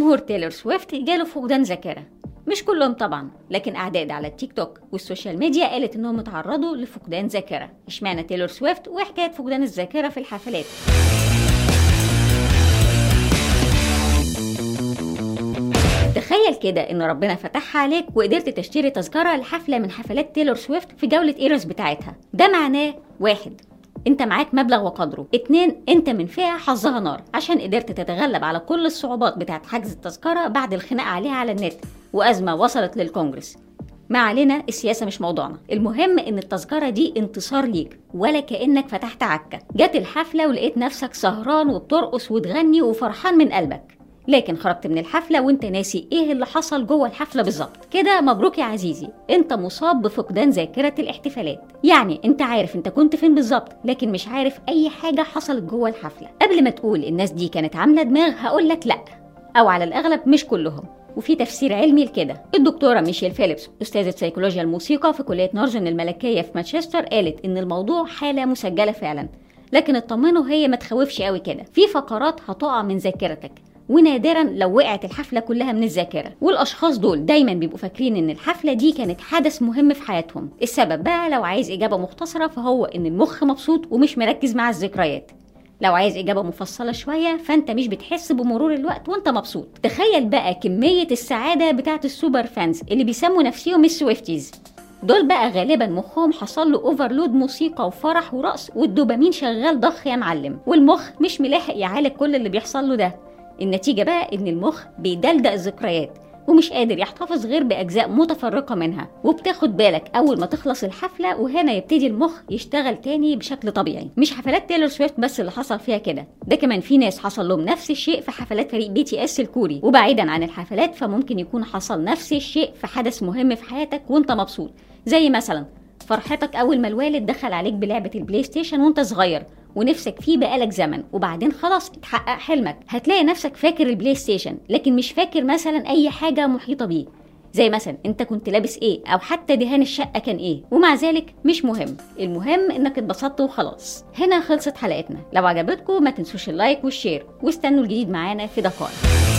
جمهور تايلور سويفت جاله فقدان ذاكرة، مش كلهم طبعا، لكن اعداد على التيك توك والسوشيال ميديا قالت انهم اتعرضوا لفقدان ذاكرة. اشمعنى تايلور سويفت وحكاية فقدان الذاكرة في الحفلات؟ تخيل كده ان ربنا فتحها عليك وقدرت تشتري تذكرة لحفلة من حفلات تايلور سويفت في جولة ايرس بتاعتها. ده معناه 1. انت معاك مبلغ وقدره. 2. انت من فئة حظها نار عشان قدرت تتغلب على كل الصعوبات بتاعت حجز التذكرة بعد الخناق عليها على النت وأزمة وصلت للكونجرس. ما علينا، السياسة مش موضوعنا، المهم ان التذكرة دي انتصار ليك، ولا كأنك فتحت عكة. جت الحفلة ولقيت نفسك سهران وبترقص وتغني وفرحان من قلبك، لكن خرجت من الحفلة وانت ناسي ايه اللي حصل جوه الحفلة بالظبط. كده مبروك يا عزيزي، انت مصاب بفقدان ذاكرة الاحتفالات. يعني انت عارف انت كنت فين بالظبط، لكن مش عارف اي حاجة حصلت جوه الحفلة. قبل ما تقول الناس دي كانت عاملة دماغ، هقولك لا، او على الاغلب مش كلهم، وفي تفسير علمي لكده. الدكتورة ميشيل فيليبس أستاذة سيكولوجيا الموسيقى في كلية نورزن الملكية في مانشستر قالت إن الموضوع حالة مسجلة فعلا، لكن اطمنوا هي ما تخوفش قوي كده. في فقرات هتقع من ذاكرتك، ونادرا لو وقعت الحفلة كلها من الذاكرة. والأشخاص دول دايما بيبقوا فاكرين إن الحفلة دي كانت حدث مهم في حياتهم. السبب بقى لو عايز إجابة مختصرة فهو إن المخ مبسوط ومش مركز مع الذكريات. لو عايز إجابة مفصلة شوية فأنت مش بتحس بمرور الوقت وأنت مبسوط. تخيل بقى كمية السعادة بتاعت السوبر فانز اللي بيسموا نفسهم السويفتيز. دول بقى غالبا مخهم حصل له اوفرلود موسيقى وفرح ورقص، والدوبامين شغال ضخ يا معلم، والمخ مش ملاحق يعالج كل اللي بيحصل له ده. النتيجة بقى إن المخ بيدلدق الذكريات ومش قادر يحتفظ غير بأجزاء متفرقة منها، وبتاخد بالك أول ما تخلص الحفلة، وهنا يبتدي المخ يشتغل تاني بشكل طبيعي. مش حفلات تايلور سويفت بس اللي حصل فيها كده، ده كمان في ناس حصل لهم نفس الشيء في حفلات فريق BTS الكوري. وبعيدا عن الحفلات فممكن يكون حصل نفس الشيء في حدث مهم في حياتك وانت مبسوط، زي مثلا فرحتك أول ما الوالد دخل عليك بلعبة البلاي ستيشن وانت صغير ونفسك فيه بقالك زمن، وبعدين خلاص اتحقق حلمك. هتلاقي نفسك فاكر البلاي ستيشن لكن مش فاكر مثلا اي حاجة محيطة بيه، زي مثلا انت كنت لابس ايه او حتى دهان الشقة كان ايه، ومع ذلك مش مهم، المهم انك اتبسطت وخلاص. هنا خلصت حلقتنا، لو عجبتكم ما تنسوش اللايك والشير، واستنوا الجديد معانا في دقائق.